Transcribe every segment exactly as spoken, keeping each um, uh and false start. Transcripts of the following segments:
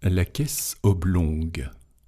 La caisse oblongue.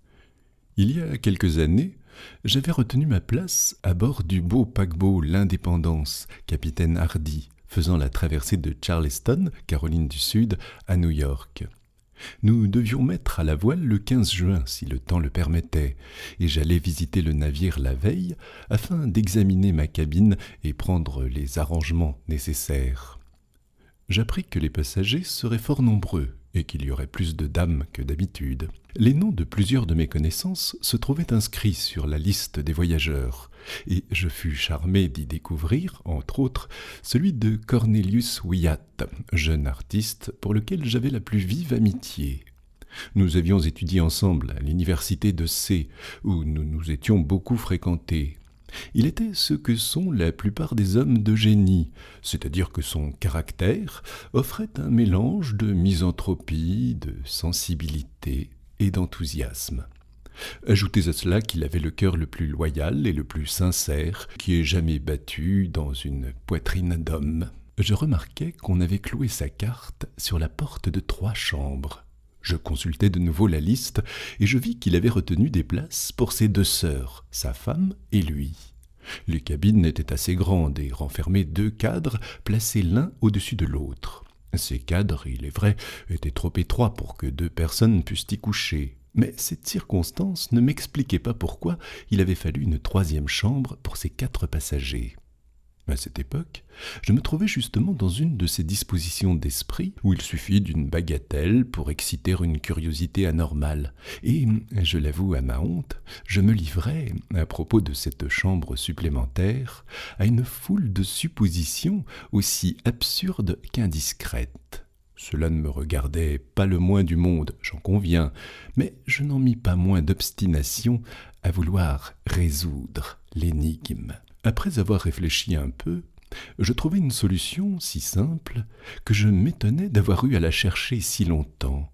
Il y a quelques années, j'avais retenu ma place à bord du beau paquebot L'Indépendance, capitaine Hardy, faisant la traversée de Charleston, Caroline du Sud, à New York. Nous devions mettre à la voile le quinze juin, si le temps le permettait, et j'allais visiter le navire la veille afin d'examiner ma cabine et prendre les arrangements nécessaires. J'appris que les passagers seraient fort nombreux et qu'il y aurait plus de dames que d'habitude. Les noms de plusieurs de mes connaissances se trouvaient inscrits sur la liste des voyageurs, et je fus charmé d'y découvrir, entre autres, celui de Cornelius Wyatt, jeune artiste pour lequel j'avais la plus vive amitié. Nous avions étudié ensemble à l'université de C, où nous nous étions beaucoup fréquentés. Il était ce que sont la plupart des hommes de génie, c'est-à-dire que son caractère offrait un mélange de misanthropie, de sensibilité et d'enthousiasme. Ajoutez à cela qu'il avait le cœur le plus loyal et le plus sincère qui ait jamais battu dans une poitrine d'homme. Je remarquai qu'on avait cloué sa carte sur la porte de trois chambres. Je consultai de nouveau la liste et je vis qu'il avait retenu des places pour ses deux sœurs, sa femme et lui. Les cabines étaient assez grandes et renfermaient deux cadres placés l'un au-dessus de l'autre. Ces cadres, il est vrai, étaient trop étroits pour que deux personnes pussent y coucher. Mais cette circonstance ne m'expliquait pas pourquoi il avait fallu une troisième chambre pour ces quatre passagers. À cette époque, je me trouvais justement dans une de ces dispositions d'esprit où il suffit d'une bagatelle pour exciter une curiosité anormale. Et, je l'avoue à ma honte, je me livrais, à propos de cette chambre supplémentaire, à une foule de suppositions aussi absurdes qu'indiscrètes. Cela ne me regardait pas le moins du monde, j'en conviens, mais je n'en mis pas moins d'obstination à vouloir résoudre l'énigme. Après avoir réfléchi un peu, je trouvai une solution si simple que je m'étonnais d'avoir eu à la chercher si longtemps.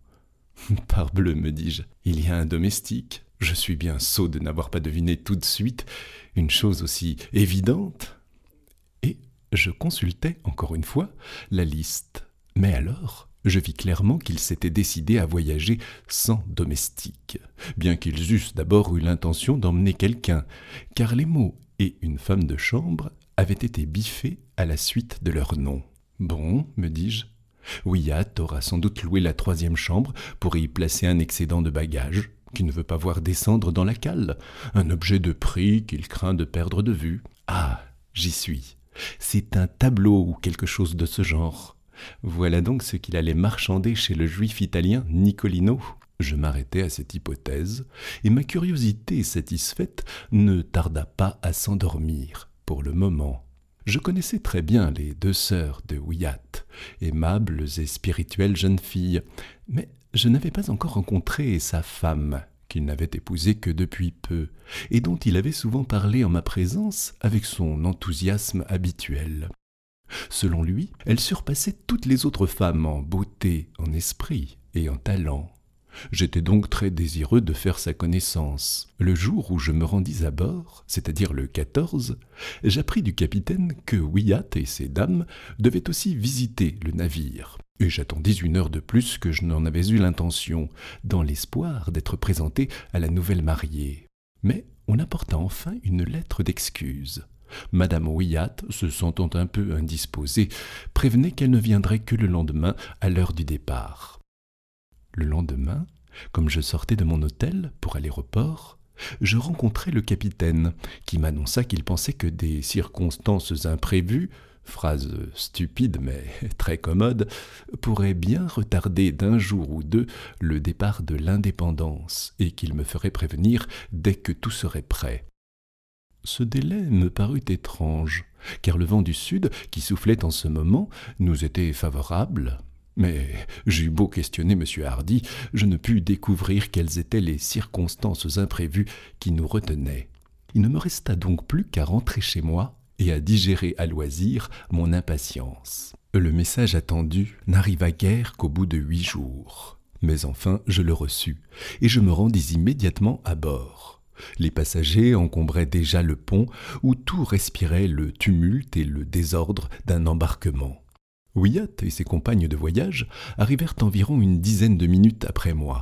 « Parbleu, me dis-je, il y a un domestique. Je suis bien sot de n'avoir pas deviné tout de suite une chose aussi évidente. » Et je consultai, encore une fois, la liste. Mais alors, je vis clairement qu'ils s'étaient décidés à voyager sans domestique, bien qu'ils eussent d'abord eu l'intention d'emmener quelqu'un, car les mots « et une femme de chambre » avaient été biffés à la suite de leur nom. « Bon, me dis-je, Wyatt aura sans doute loué la troisième chambre pour y placer un excédent de bagages qu'il ne veut pas voir descendre dans la cale, un objet de prix qu'il craint de perdre de vue. Ah, j'y suis. C'est un tableau ou quelque chose de ce genre. Voilà donc ce qu'il allait marchander chez le juif italien Nicolino. » Je m'arrêtai à cette hypothèse, et ma curiosité satisfaite ne tarda pas à s'endormir, pour le moment. Je connaissais très bien les deux sœurs de Wyatt, aimables et spirituelles jeunes filles, mais je n'avais pas encore rencontré sa femme, qu'il n'avait épousée que depuis peu, et dont il avait souvent parlé en ma présence avec son enthousiasme habituel. Selon lui, elle surpassait toutes les autres femmes en beauté, en esprit et en talent. J'étais donc très désireux de faire sa connaissance. Le jour où je me rendis à bord, c'est-à-dire le quatorze, j'appris du capitaine que Wyatt et ses dames devaient aussi visiter le navire. Et j'attendis une heure de plus que je n'en avais eu l'intention, dans l'espoir d'être présenté à la nouvelle mariée. Mais on apporta enfin une lettre d'excuse. Madame Wyatt, se sentant un peu indisposée, prévenait qu'elle ne viendrait que le lendemain à l'heure du départ. Le lendemain, comme je sortais de mon hôtel pour aller au port, je rencontrai le capitaine, qui m'annonça qu'il pensait que des circonstances imprévues, phrase stupide mais très commode, pourraient bien retarder d'un jour ou deux le départ de l'Indépendance, et qu'il me ferait prévenir dès que tout serait prêt. Ce délai me parut étrange, car le vent du sud, qui soufflait en ce moment, nous était favorable. Mais j'eus beau questionner M. Hardy, je ne pus découvrir quelles étaient les circonstances imprévues qui nous retenaient. Il ne me resta donc plus qu'à rentrer chez moi et à digérer à loisir mon impatience. Le message attendu n'arriva guère qu'au bout de huit jours. Mais enfin, je le reçus, et je me rendis immédiatement à bord. Les passagers encombraient déjà le pont où tout respirait le tumulte et le désordre d'un embarquement. Wyatt et ses compagnes de voyage arrivèrent environ une dizaine de minutes après moi.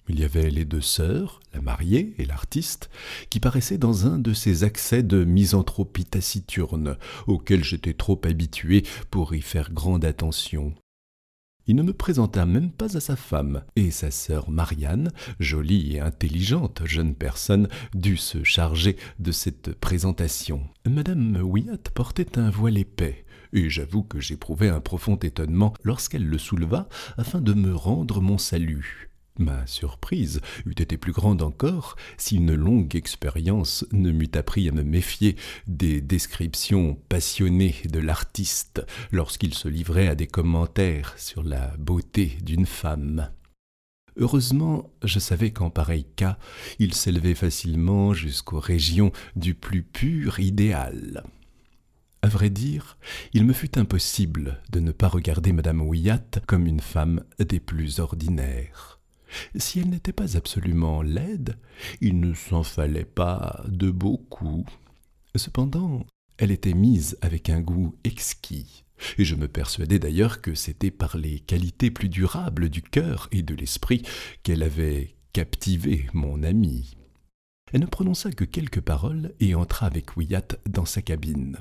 Il y avait les deux sœurs, la mariée et l'artiste, qui paraissaient dans un de ces accès de misanthropie taciturne, auxquels j'étais trop habitué pour y faire grande attention. Il ne me présenta même pas à sa femme, et sa sœur Marianne, jolie et intelligente jeune personne, dut se charger de cette présentation. Madame Wyatt portait un voile épais, et j'avoue que j'éprouvai un profond étonnement lorsqu'elle le souleva afin de me rendre mon salut. Ma surprise eût été plus grande encore si une longue expérience ne m'eût appris à me méfier des descriptions passionnées de l'artiste lorsqu'il se livrait à des commentaires sur la beauté d'une femme. Heureusement, je savais qu'en pareil cas, il s'élevait facilement jusqu'aux régions du plus pur idéal. À vrai dire, il me fut impossible de ne pas regarder madame Wyatt comme une femme des plus ordinaires. Si elle n'était pas absolument laide, il ne s'en fallait pas de beaucoup. Cependant, elle était mise avec un goût exquis, et je me persuadais d'ailleurs que c'était par les qualités plus durables du cœur et de l'esprit qu'elle avait captivé mon ami. Elle ne prononça que quelques paroles et entra avec Wyatt dans sa cabine.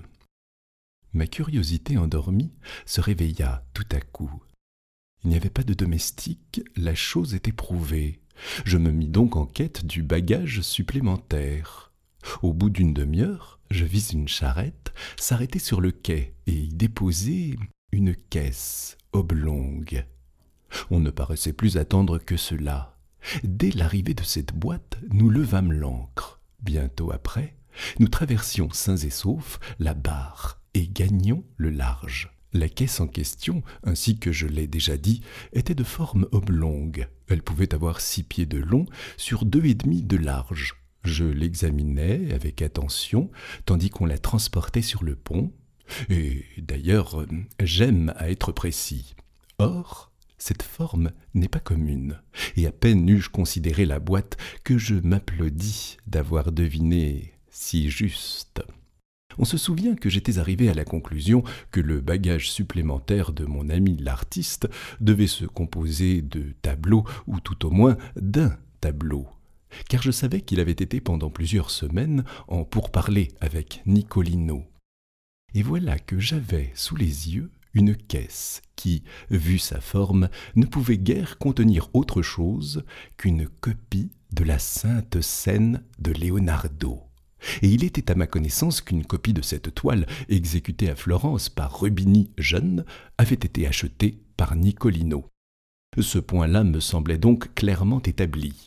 Ma curiosité endormie se réveilla tout à coup. Il n'y avait pas de domestique, la chose était prouvée. Je me mis donc en quête du bagage supplémentaire. Au bout d'une demi-heure, je vis une charrette s'arrêter sur le quai et y déposer une caisse oblongue. On ne paraissait plus attendre que cela. Dès l'arrivée de cette boîte, nous levâmes l'ancre. Bientôt après, nous traversions sains et saufs la barre et gagnions le large. La caisse en question, ainsi que je l'ai déjà dit, était de forme oblongue. Elle pouvait avoir six pieds de long sur deux et demi de large. Je l'examinais avec attention, tandis qu'on la transportait sur le pont. Et d'ailleurs, j'aime à être précis. Or, cette forme n'est pas commune, et à peine eus-je considéré la boîte que je m'applaudis d'avoir deviné si juste. On se souvient que j'étais arrivé à la conclusion que le bagage supplémentaire de mon ami l'artiste devait se composer de tableaux, ou tout au moins d'un tableau, car je savais qu'il avait été pendant plusieurs semaines en pourparlers avec Nicolino. Et voilà que j'avais sous les yeux une caisse qui, vue sa forme, ne pouvait guère contenir autre chose qu'une copie de la Sainte Seine de Leonardo. Et il était à ma connaissance qu'une copie de cette toile, exécutée à Florence par Rubini jeune, avait été achetée par Nicolino. Ce point-là me semblait donc clairement établi.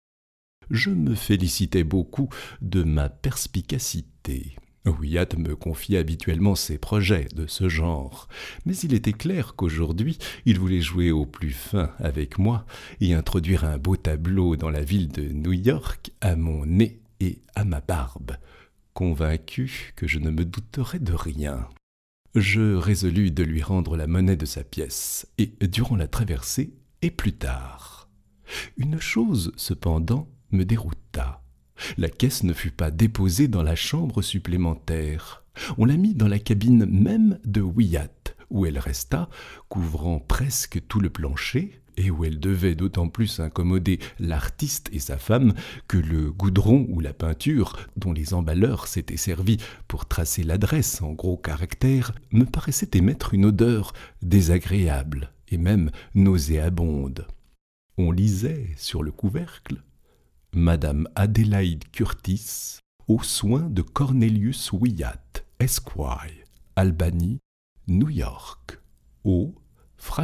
Je me félicitais beaucoup de ma perspicacité. Wyatt me confiait habituellement ses projets de ce genre, mais il était clair qu'aujourd'hui il voulait jouer au plus fin avec moi et introduire un beau tableau dans la ville de New York à mon nez et à ma barbe, convaincu que je ne me douterais de rien. Je résolus de lui rendre la monnaie de sa pièce, et durant la traversée, et plus tard. Une chose, cependant, me dérouta. La caisse ne fut pas déposée dans la chambre supplémentaire. On la mit dans la cabine même de Wyatt, où elle resta, couvrant presque tout le plancher, et où elle devait d'autant plus incommoder l'artiste et sa femme que le goudron ou la peinture, dont les emballeurs s'étaient servis pour tracer l'adresse en gros caractères, me paraissait émettre une odeur désagréable et même nauséabonde. On lisait sur le couvercle « Madame Adélaïde Curtis, aux soins de Cornelius Wyatt, Esquire, Albany, New York, eau fragile ».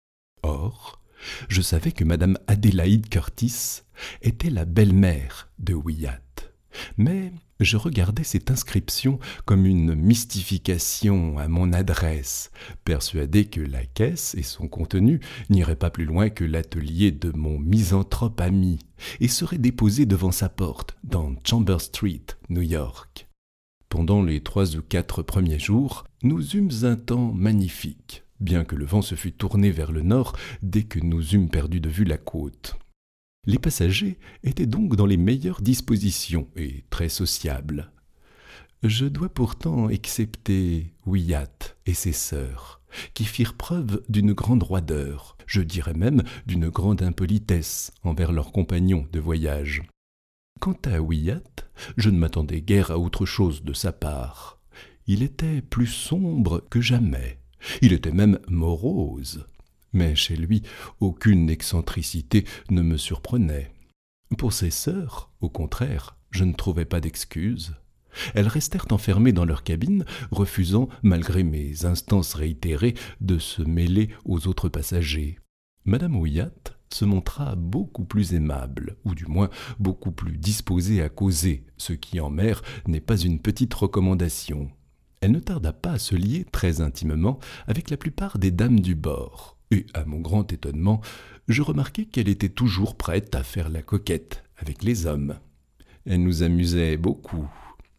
Or, je savais que madame Adélaïde Curtis était la belle-mère de Wyatt, mais je regardais cette inscription comme une mystification à mon adresse, persuadé que la caisse et son contenu n'iraient pas plus loin que l'atelier de mon misanthrope ami et seraient déposés devant sa porte dans Chambers Street, New York. Pendant les trois ou quatre premiers jours, nous eûmes un temps magnifique, bien que le vent se fût tourné vers le nord dès que nous eûmes perdu de vue la côte. Les passagers étaient donc dans les meilleures dispositions et très sociables. Je dois pourtant excepter Wyatt et ses sœurs, qui firent preuve d'une grande roideur, je dirais même d'une grande impolitesse envers leurs compagnons de voyage. Quant à Wyatt, je ne m'attendais guère à autre chose de sa part. Il était plus sombre que jamais. Il était même morose. Mais chez lui, aucune excentricité ne me surprenait. Pour ses sœurs, au contraire, je ne trouvais pas d'excuses. Elles restèrent enfermées dans leur cabine, refusant, malgré mes instances réitérées, de se mêler aux autres passagers. Madame Wyatt se montra beaucoup plus aimable, ou du moins beaucoup plus disposée à causer, ce qui en mer n'est pas une petite recommandation. Elle ne tarda pas à se lier très intimement avec la plupart des dames du bord, et à mon grand étonnement, je remarquai qu'elle était toujours prête à faire la coquette avec les hommes. Elle nous amusait beaucoup.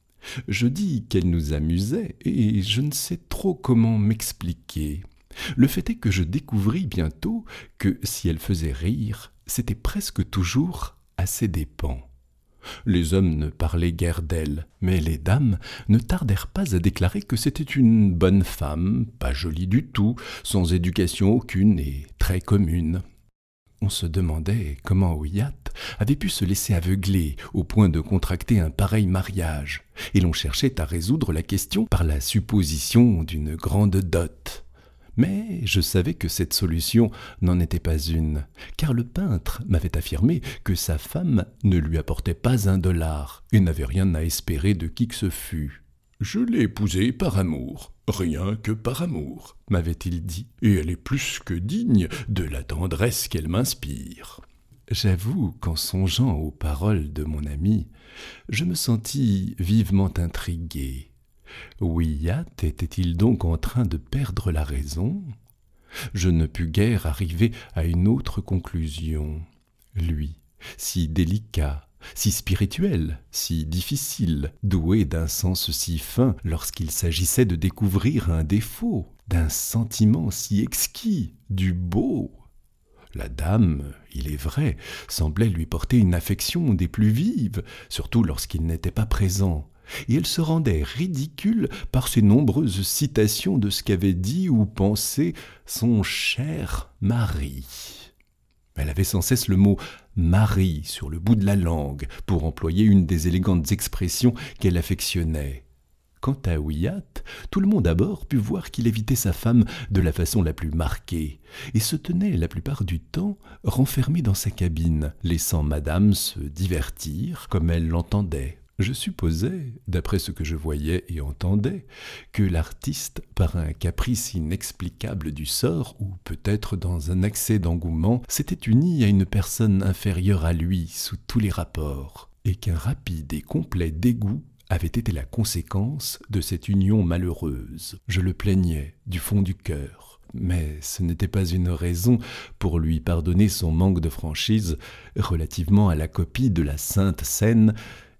Je dis qu'elle nous amusait, et je ne sais trop comment m'expliquer. Le fait est que je découvris bientôt que si elle faisait rire, c'était presque toujours à ses dépens. Les hommes ne parlaient guère d'elle, mais les dames ne tardèrent pas à déclarer que c'était une bonne femme, pas jolie du tout, sans éducation aucune et très commune. On se demandait comment Wyatt avait pu se laisser aveugler au point de contracter un pareil mariage, et l'on cherchait à résoudre la question par la supposition d'une grande dot. Mais je savais que cette solution n'en était pas une, car le peintre m'avait affirmé que sa femme ne lui apportait pas un dollar et n'avait rien à espérer de qui que ce fût. « Je l'ai épousée par amour, rien que par amour, » m'avait-il dit, « et elle est plus que digne de la tendresse qu'elle m'inspire. » J'avoue qu'en songeant aux paroles de mon ami, je me sentis vivement intrigué. Wyatt était-il donc en train de perdre la raison? Je ne pus guère arriver à une autre conclusion. Lui, si délicat, si spirituel, si difficile, doué d'un sens si fin lorsqu'il s'agissait de découvrir un défaut, d'un sentiment si exquis, du beau. La dame, il est vrai, semblait lui porter une affection des plus vives, surtout lorsqu'il n'était pas présent, et elle se rendait ridicule par ses nombreuses citations de ce qu'avait dit ou pensé son cher mari. Elle avait sans cesse le mot « mari » sur le bout de la langue, pour employer une des élégantes expressions qu'elle affectionnait. Quant à Wyatt, tout le monde à bord put voir qu'il évitait sa femme de la façon la plus marquée, et se tenait la plupart du temps renfermé dans sa cabine, laissant madame se divertir comme elle l'entendait. Je supposais, d'après ce que je voyais et entendais, que l'artiste, par un caprice inexplicable du sort, ou peut-être dans un accès d'engouement, s'était uni à une personne inférieure à lui sous tous les rapports, et qu'un rapide et complet dégoût avait été la conséquence de cette union malheureuse. Je le plaignais du fond du cœur, mais ce n'était pas une raison pour lui pardonner son manque de franchise relativement à la copie de la Sainte Seine,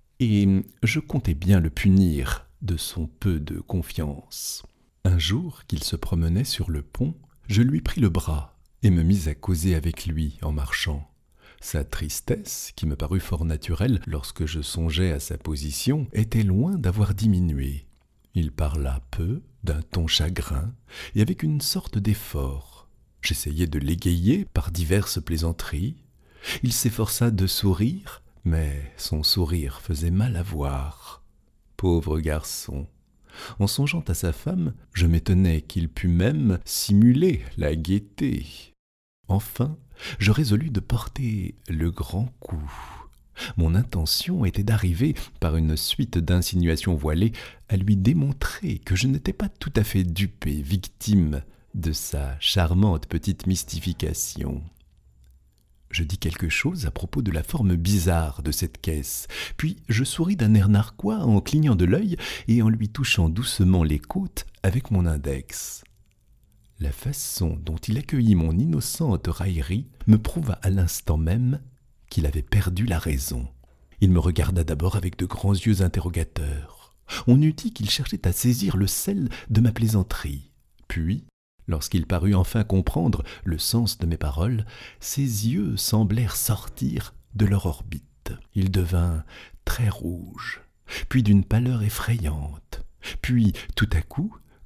et je comptais bien le punir de son peu de confiance. Un jour qu'il se promenait sur le pont, je lui pris le bras et me mis à causer avec lui en marchant. Sa tristesse, qui me parut fort naturelle lorsque je songeais à sa position, était loin d'avoir diminué. Il parla peu, d'un ton chagrin, et avec une sorte d'effort. J'essayai de l'égayer par diverses plaisanteries. Il s'efforça de sourire, mais son sourire faisait mal à voir. Pauvre garçon! En songeant à sa femme, je m'étonnais qu'il pût même simuler la gaieté. Enfin, je résolus de porter le grand coup. Mon intention était d'arriver, par une suite d'insinuations voilées, à lui démontrer que je n'étais pas tout à fait dupe et victime de sa charmante petite mystification. Je dis quelque chose à propos de la forme bizarre de cette caisse, puis je souris d'un air narquois en clignant de l'œil et en lui touchant doucement les côtes avec mon index. La façon dont il accueillit mon innocente raillerie me prouva à l'instant même qu'il avait perdu la raison. Il me regarda d'abord avec de grands yeux interrogateurs. On eût dit qu'il cherchait à saisir le sel de ma plaisanterie. Puis, lorsqu'il parut enfin comprendre le sens de mes paroles, ses yeux semblèrent sortir de leur orbite. Il devint très rouge, puis d'une pâleur effrayante. Puis, tout à coup,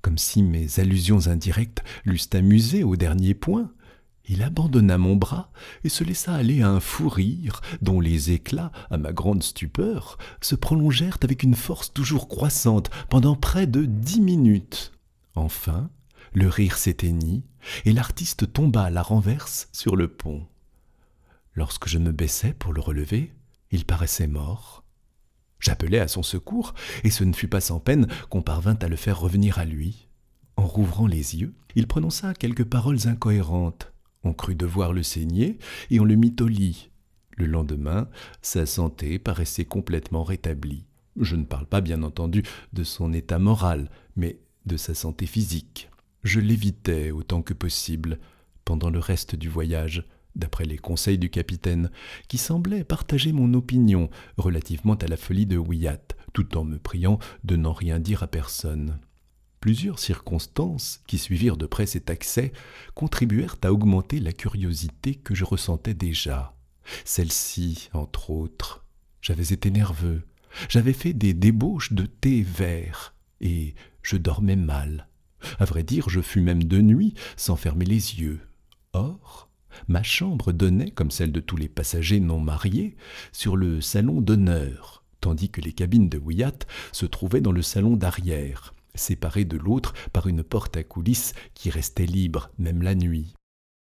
Comme si mes allusions indirectes l'eussent amusé au dernier point, il abandonna mon bras et se laissa aller à un fou rire dont les éclats, à ma grande stupeur, se prolongèrent avec une force toujours croissante pendant près de dix minutes. Enfin, le rire s'éteignit et l'artiste tomba à la renverse sur le pont. Lorsque je me baissai pour le relever, il paraissait mort. J'appelai à son secours, et ce ne fut pas sans peine qu'on parvint à le faire revenir à lui. En rouvrant les yeux, il prononça quelques paroles incohérentes. On crut devoir le saigner, et on le mit au lit. Le lendemain, sa santé paraissait complètement rétablie. Je ne parle pas, bien entendu, de son état moral, mais de sa santé physique. Je l'évitais autant que possible pendant le reste du voyage, d'après les conseils du capitaine, qui semblait partager mon opinion relativement à la folie de Wyatt, tout en me priant de n'en rien dire à personne. Plusieurs circonstances qui suivirent de près cet accès contribuèrent à augmenter la curiosité que je ressentais déjà. Celle-ci, entre autres. J'avais été nerveux, j'avais fait des débauches de thé vert, et je dormais mal. À vrai dire, je fus même de nuit sans fermer les yeux. Or, ma chambre donnait, comme celle de tous les passagers non mariés, sur le salon d'honneur, tandis que les cabines de Wyatt se trouvaient dans le salon d'arrière, séparées de l'autre par une porte à coulisses qui restait libre, même la nuit.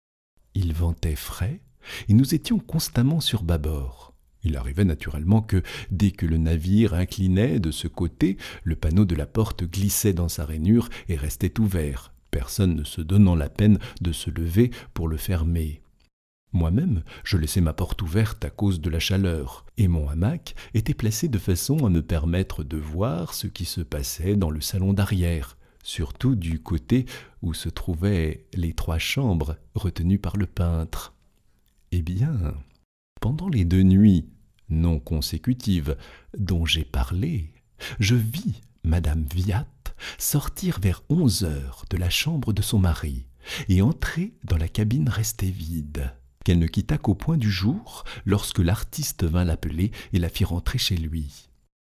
Il ventait frais, et nous étions constamment sur bâbord. Il arrivait naturellement que, dès que le navire inclinait de ce côté, le panneau de la porte glissait dans sa rainure et restait ouvert, personne ne se donnant la peine de se lever pour le fermer. Moi-même, je laissais ma porte ouverte à cause de la chaleur, et mon hamac était placé de façon à me permettre de voir ce qui se passait dans le salon d'arrière, surtout du côté où se trouvaient les trois chambres retenues par le peintre. Eh bien, pendant les deux nuits non consécutives dont j'ai parlé, je vis Madame Wyatt sortir vers onze heures de la chambre de son mari et entrer dans la cabine restée vide, qu'elle ne quitta qu'au point du jour lorsque l'artiste vint l'appeler et la fit rentrer chez lui.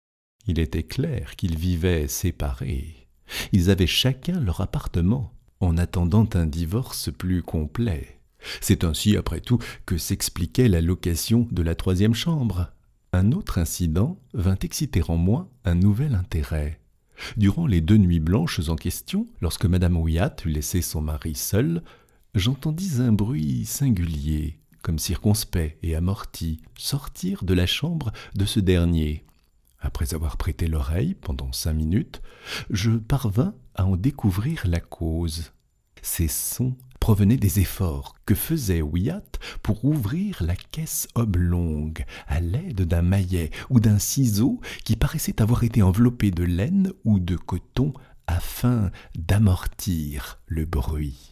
Il était clair qu'ils vivaient séparés. Ils avaient chacun leur appartement, en attendant un divorce plus complet. C'est ainsi, après tout, que s'expliquait la location de la troisième chambre. Un autre incident vint exciter en moi un nouvel intérêt. Durant les deux nuits blanches en question, lorsque Madame Wyatt eut laissé son mari seul, j'entendis un bruit singulier, comme circonspect et amorti, sortir de la chambre de ce dernier. Après avoir prêté l'oreille pendant cinq minutes, je parvins à en découvrir la cause. Ces sons provenaient des efforts que faisait Wyatt pour ouvrir la caisse oblongue à l'aide d'un maillet ou d'un ciseau qui paraissait avoir été enveloppé de laine ou de coton afin d'amortir le bruit.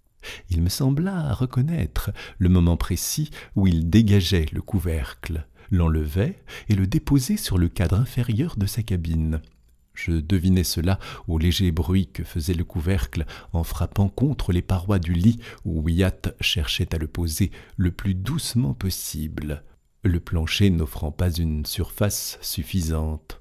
Il me sembla reconnaître le moment précis où il dégageait le couvercle, l'enlevait et le déposait sur le cadre inférieur de sa cabine. Je devinais cela au léger bruit que faisait le couvercle en frappant contre les parois du lit où Wyatt cherchait à le poser le plus doucement possible, le plancher n'offrant pas une surface suffisante.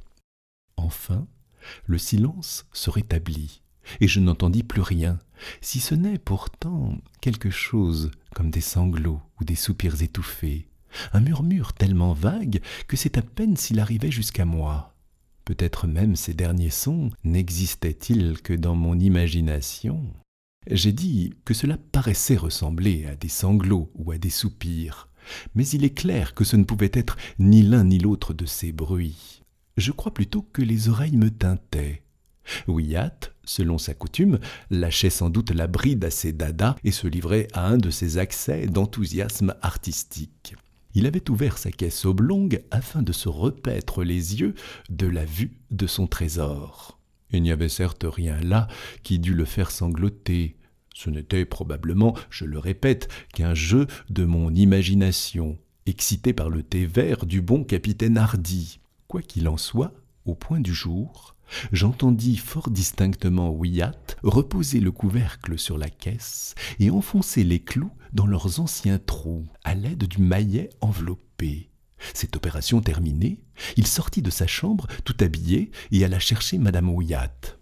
Enfin, le silence se rétablit, et je n'entendis plus rien, si ce n'est pourtant quelque chose comme des sanglots ou des soupirs étouffés, un murmure tellement vague que c'est à peine s'il arrivait jusqu'à moi. Peut-être même ces derniers sons n'existaient-ils que dans mon imagination. J'ai dit que cela paraissait ressembler à des sanglots ou à des soupirs, mais il est clair que ce ne pouvait être ni l'un ni l'autre de ces bruits. Je crois plutôt que les oreilles me tintaient. Wyatt, selon sa coutume, lâchait sans doute la bride à ses dadas et se livrait à un de ses accès d'enthousiasme artistique. Il avait ouvert sa caisse oblongue afin de se repaître les yeux de la vue de son trésor. Il n'y avait certes rien là qui dût le faire sangloter. Ce n'était probablement, je le répète, qu'un jeu de mon imagination, excité par le thé vert du bon capitaine Hardy. Quoi qu'il en soit, au point du jour, j'entendis fort distinctement Wyatt reposer le couvercle sur la caisse et enfoncer les clous dans leurs anciens trous à l'aide du maillet enveloppé. Cette opération terminée, il sortit de sa chambre tout habillé et alla chercher Madame Wyatt.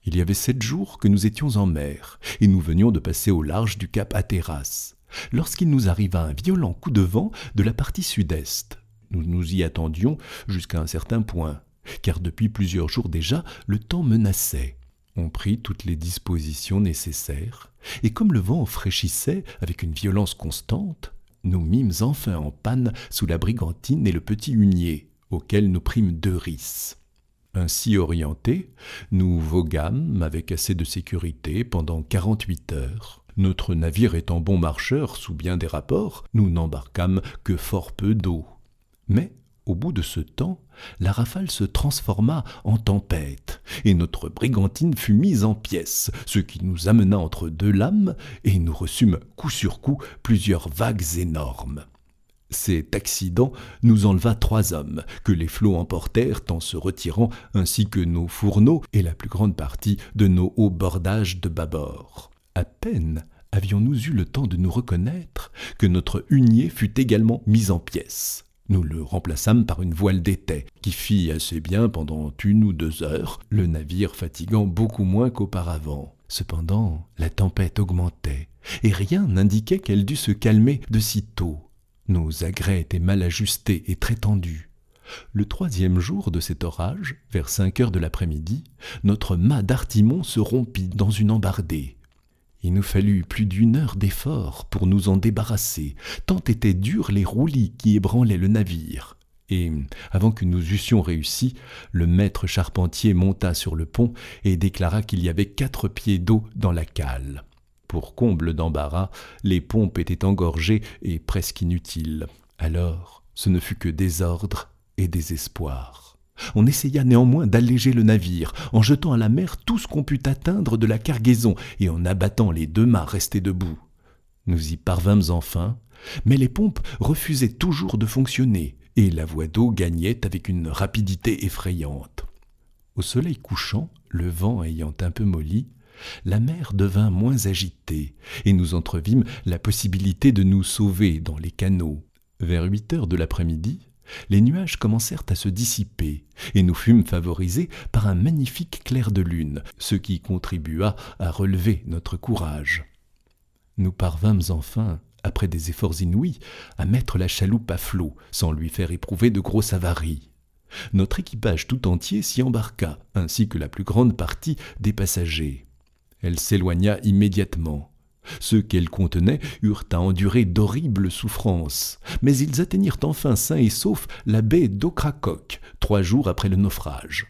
Il y avait sept jours que nous étions en mer, et nous venions de passer au large du cap Hatteras, lorsqu'il nous arriva un violent coup de vent de la partie sud-est. Nous nous y attendions jusqu'à un certain point, car depuis plusieurs jours déjà, le temps menaçait. On prit toutes les dispositions nécessaires, et comme le vent fraîchissait avec une violence constante, nous mîmes enfin en panne sous la brigantine et le petit hunier, auquel nous prîmes deux ris. Ainsi orientés, nous voguâmes avec assez de sécurité pendant quarante-huit heures. Notre navire étant bon marcheur sous bien des rapports, nous n'embarquâmes que fort peu d'eau. Mais, au bout de ce temps, la rafale se transforma en tempête, et notre brigantine fut mise en pièces, ce qui nous amena entre deux lames, et nous reçûmes coup sur coup plusieurs vagues énormes. Cet accident nous enleva trois hommes, que les flots emportèrent en se retirant, ainsi que nos fourneaux et la plus grande partie de nos hauts bordages de bâbord. À peine avions-nous eu le temps de nous reconnaître que notre hunier fut également mis en pièces. Nous le remplaçâmes par une voile d'étai, qui fit assez bien pendant une ou deux heures, le navire fatiguant beaucoup moins qu'auparavant. Cependant, la tempête augmentait, et rien n'indiquait qu'elle dût se calmer de si tôt. Nos agrès étaient mal ajustés et très tendus. Le troisième jour de cet orage, vers cinq heures de l'après-midi, notre mât d'artimon se rompit dans une embardée. Il nous fallut plus d'une heure d'effort pour nous en débarrasser, tant étaient durs les roulis qui ébranlaient le navire. Et, avant que nous eussions réussi, le maître charpentier monta sur le pont et déclara qu'il y avait quatre pieds d'eau dans la cale. Pour comble d'embarras, les pompes étaient engorgées et presque inutiles. Alors, ce ne fut que désordre et désespoir. On essaya néanmoins d'alléger le navire, en jetant à la mer tout ce qu'on put atteindre de la cargaison et en abattant les deux mâts restés debout. Nous y parvînmes enfin, mais les pompes refusaient toujours de fonctionner, et la voie d'eau gagnait avec une rapidité effrayante. Au soleil couchant, le vent ayant un peu molli, la mer devint moins agitée, et nous entrevîmes la possibilité de nous sauver dans les canaux. Vers huit heures de l'après-midi, les nuages commencèrent à se dissiper, et nous fûmes favorisés par un magnifique clair de lune, ce qui contribua à relever notre courage. Nous parvînmes enfin, après des efforts inouïs, à mettre la chaloupe à flot, sans lui faire éprouver de grosses avaries. Notre équipage tout entier s'y embarqua, ainsi que la plus grande partie des passagers. Elle s'éloigna immédiatement. Ceux qu'elle contenait eurent à endurer d'horribles souffrances, mais ils atteignirent enfin sains et saufs la baie d'Ocracoke, trois jours après le naufrage.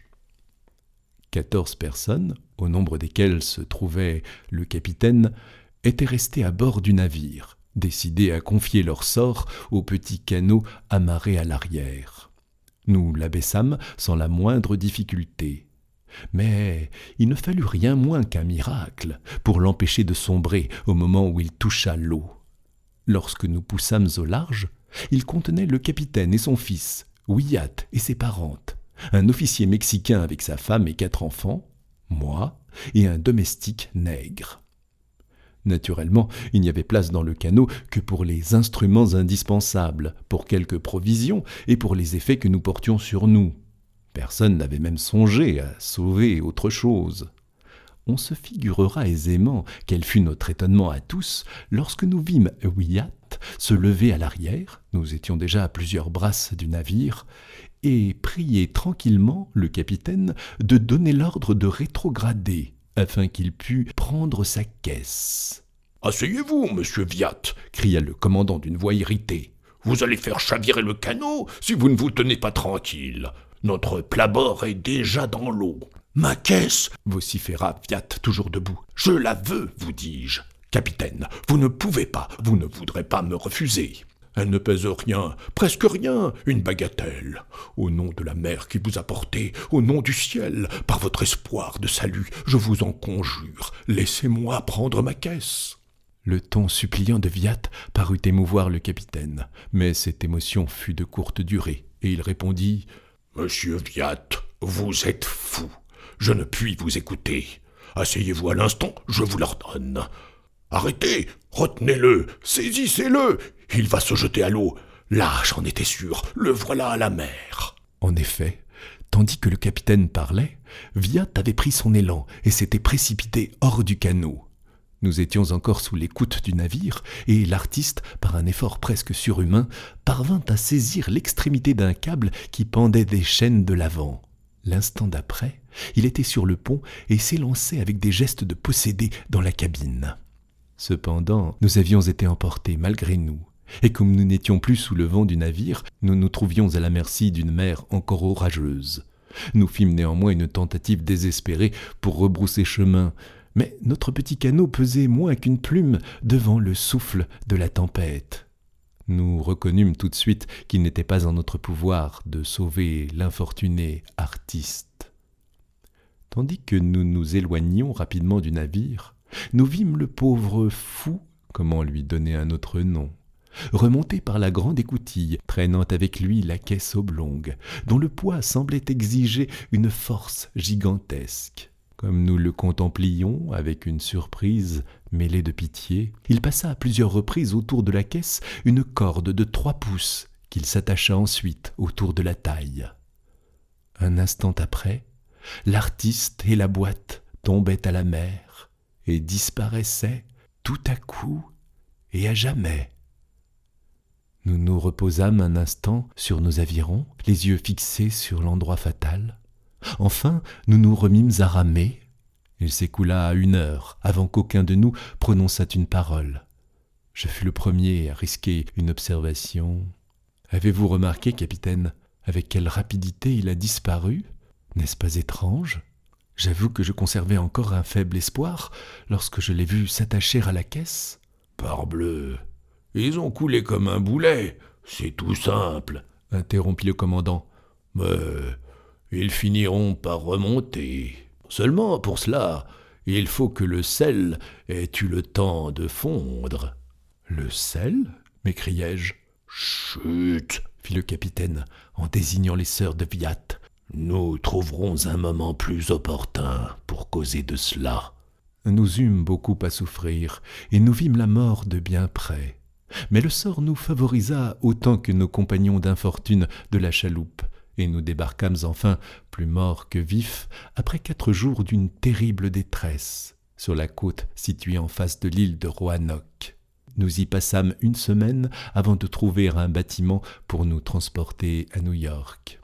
Quatorze personnes, au nombre desquelles se trouvait le capitaine, étaient restées à bord du navire, décidées à confier leur sort au petit canot amarré à l'arrière. Nous l'abaissâmes sans la moindre difficulté. Mais il ne fallut rien moins qu'un miracle pour l'empêcher de sombrer au moment où il toucha l'eau. Lorsque nous poussâmes au large, il contenait le capitaine et son fils, Wyatt et ses parentes, un officier mexicain avec sa femme et quatre enfants, moi et un domestique nègre. Naturellement, il n'y avait place dans le canot que pour les instruments indispensables, pour quelques provisions et pour les effets que nous portions sur nous. Personne n'avait même songé à sauver autre chose. On se figurera aisément quel fut notre étonnement à tous lorsque nous vîmes Wyatt se lever à l'arrière, nous étions déjà à plusieurs brasses du navire, et prier tranquillement le capitaine de donner l'ordre de rétrograder, afin qu'il pût prendre sa caisse. « Asseyez-vous, monsieur Wyatt !» cria le commandant d'une voix irritée. « Vous allez faire chavirer le canot si vous ne vous tenez pas tranquille. Notre plat-bord est déjà dans l'eau. »« Ma caisse !» vociféra Wyatt, toujours debout. « Je la veux, vous dis-je. Capitaine, vous ne pouvez pas, vous ne voudrez pas me refuser. Elle ne pèse rien, presque rien, une bagatelle. Au nom de la mer qui vous a porté, au nom du ciel, par votre espoir de salut, je vous en conjure, laissez-moi prendre ma caisse. » Le ton suppliant de Wyatt parut émouvoir le capitaine, mais cette émotion fut de courte durée, et il répondit « Monsieur Wyatt, vous êtes fou. Je ne puis vous écouter. Asseyez-vous à l'instant, je vous l'ordonne. Arrêtez, retenez-le, saisissez-le. Il va se jeter à l'eau. Là, j'en étais sûr, le voilà à la mer. » En effet, Tandis que le capitaine parlait, Viat avait pris son élan et s'était précipité hors du canot. Nous étions encore sous l'écoute du navire, et l'artiste, par un effort presque surhumain, parvint à saisir l'extrémité d'un câble qui pendait des chaînes de l'avant. L'instant d'après, il était sur le pont et s'élançait avec des gestes de possédé dans la cabine. Cependant, nous avions été emportés malgré nous, et comme nous n'étions plus sous le vent du navire, nous nous trouvions à la merci d'une mer encore orageuse. Nous fîmes néanmoins une tentative désespérée pour rebrousser chemin, mais notre petit canot pesait moins qu'une plume devant le souffle de la tempête. Nous reconnûmes tout de suite qu'il n'était pas en notre pouvoir de sauver l'infortuné artiste. Tandis que nous nous éloignions rapidement du navire, nous vîmes le pauvre fou, comment lui donner un autre nom, remonter par la grande écoutille, traînant avec lui la caisse oblongue, dont le poids semblait exiger une force gigantesque. Comme nous le contemplions avec une surprise mêlée de pitié, il passa à plusieurs reprises autour de la caisse une corde de trois pouces qu'il s'attacha ensuite autour de la taille. Un instant après, l'artiste et la boîte tombaient à la mer et disparaissaient tout à coup et à jamais. Nous nous reposâmes un instant sur nos avirons, les yeux fixés sur l'endroit fatal. Enfin, nous nous remîmes à ramer. Il s'écoula une heure avant qu'aucun de nous prononçât une parole. Je fus le premier à risquer une observation. « Avez-vous remarqué, capitaine, avec quelle rapidité il a disparu ? N'est-ce pas étrange ? J'avoue que je conservais encore un faible espoir lorsque je l'ai vu s'attacher à la caisse. »« Parbleu, ils ont coulé comme un boulet, c'est tout simple, » interrompit le commandant. « Mais ils finiront par remonter. Seulement, pour cela, il faut que le sel ait eu le temps de fondre. »« Le sel ?» m'écriai-je. « Chut !» fit le capitaine en désignant les sœurs de Viat. « Nous trouverons un moment plus opportun pour causer de cela. » Nous eûmes beaucoup à souffrir, et nous vîmes la mort de bien près. Mais le sort nous favorisa autant que nos compagnons d'infortune de la chaloupe, et nous débarquâmes enfin, plus morts que vifs, après quatre jours d'une terrible détresse, sur la côte située en face de l'île de Roanoke. Nous y passâmes une semaine avant de trouver un bâtiment pour nous transporter à New York.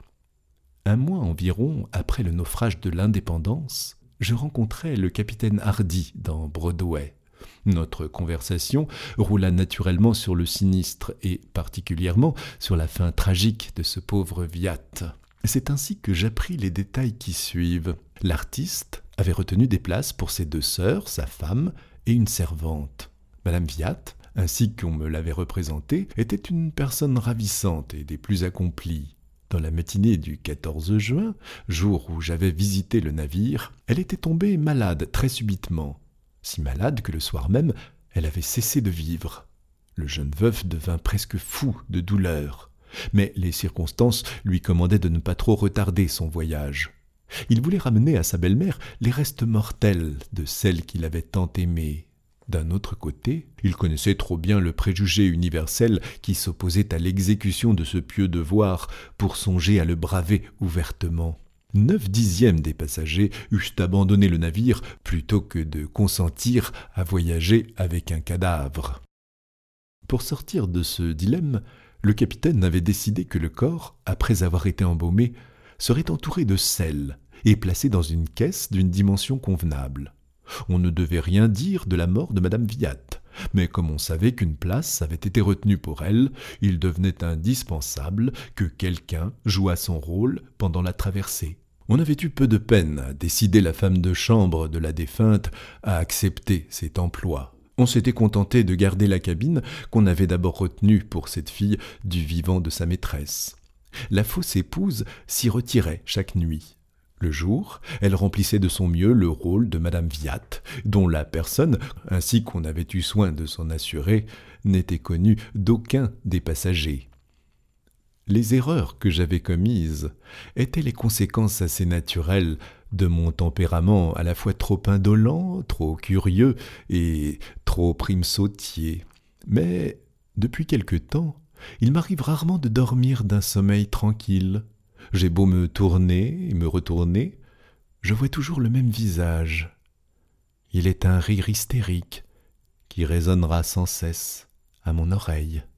Un mois environ après le naufrage de l'Indépendance, je rencontrai le capitaine Hardy dans Broadway. Notre conversation roula naturellement sur le sinistre et particulièrement sur la fin tragique de ce pauvre Viat. C'est ainsi que j'appris les détails qui suivent. L'artiste avait retenu des places pour ses deux sœurs, sa femme et une servante. Madame Viat, ainsi qu'on me l'avait représentée, était une personne ravissante et des plus accomplies. Dans la matinée du quatorze juin, jour où j'avais visité le navire, elle était tombée malade très subitement. Si malade que le soir même, elle avait cessé de vivre. Le jeune veuf devint presque fou de douleur, mais les circonstances lui commandaient de ne pas trop retarder son voyage. Il voulait ramener à sa belle-mère les restes mortels de celle qu'il avait tant aimée. D'un autre côté, il connaissait trop bien le préjugé universel qui s'opposait à l'exécution de ce pieux devoir pour songer à le braver ouvertement. Neuf dixièmes des passagers eussent abandonné le navire plutôt que de consentir à voyager avec un cadavre. Pour sortir de ce dilemme, le capitaine avait décidé que le corps, après avoir été embaumé, serait entouré de sel et placé dans une caisse d'une dimension convenable. On ne devait rien dire de la mort de Madame Viat, mais comme on savait qu'une place avait été retenue pour elle, il devenait indispensable que quelqu'un jouât son rôle pendant la traversée. On avait eu peu de peine à décider la femme de chambre de la défunte à accepter cet emploi. On s'était contenté de garder la cabine qu'on avait d'abord retenue pour cette fille du vivant de sa maîtresse. La fausse épouse s'y retirait chaque nuit. Le jour, elle remplissait de son mieux le rôle de Madame Viat, dont la personne, ainsi qu'on avait eu soin de s'en assurer, n'était connue d'aucun des passagers. Les erreurs que j'avais commises étaient les conséquences assez naturelles de mon tempérament à la fois trop indolent, trop curieux et trop primesautier. Mais, depuis quelque temps, il m'arrive rarement de dormir d'un sommeil tranquille. J'ai beau me tourner et me retourner, je vois toujours le même visage. Il est un rire hystérique qui résonnera sans cesse à mon oreille.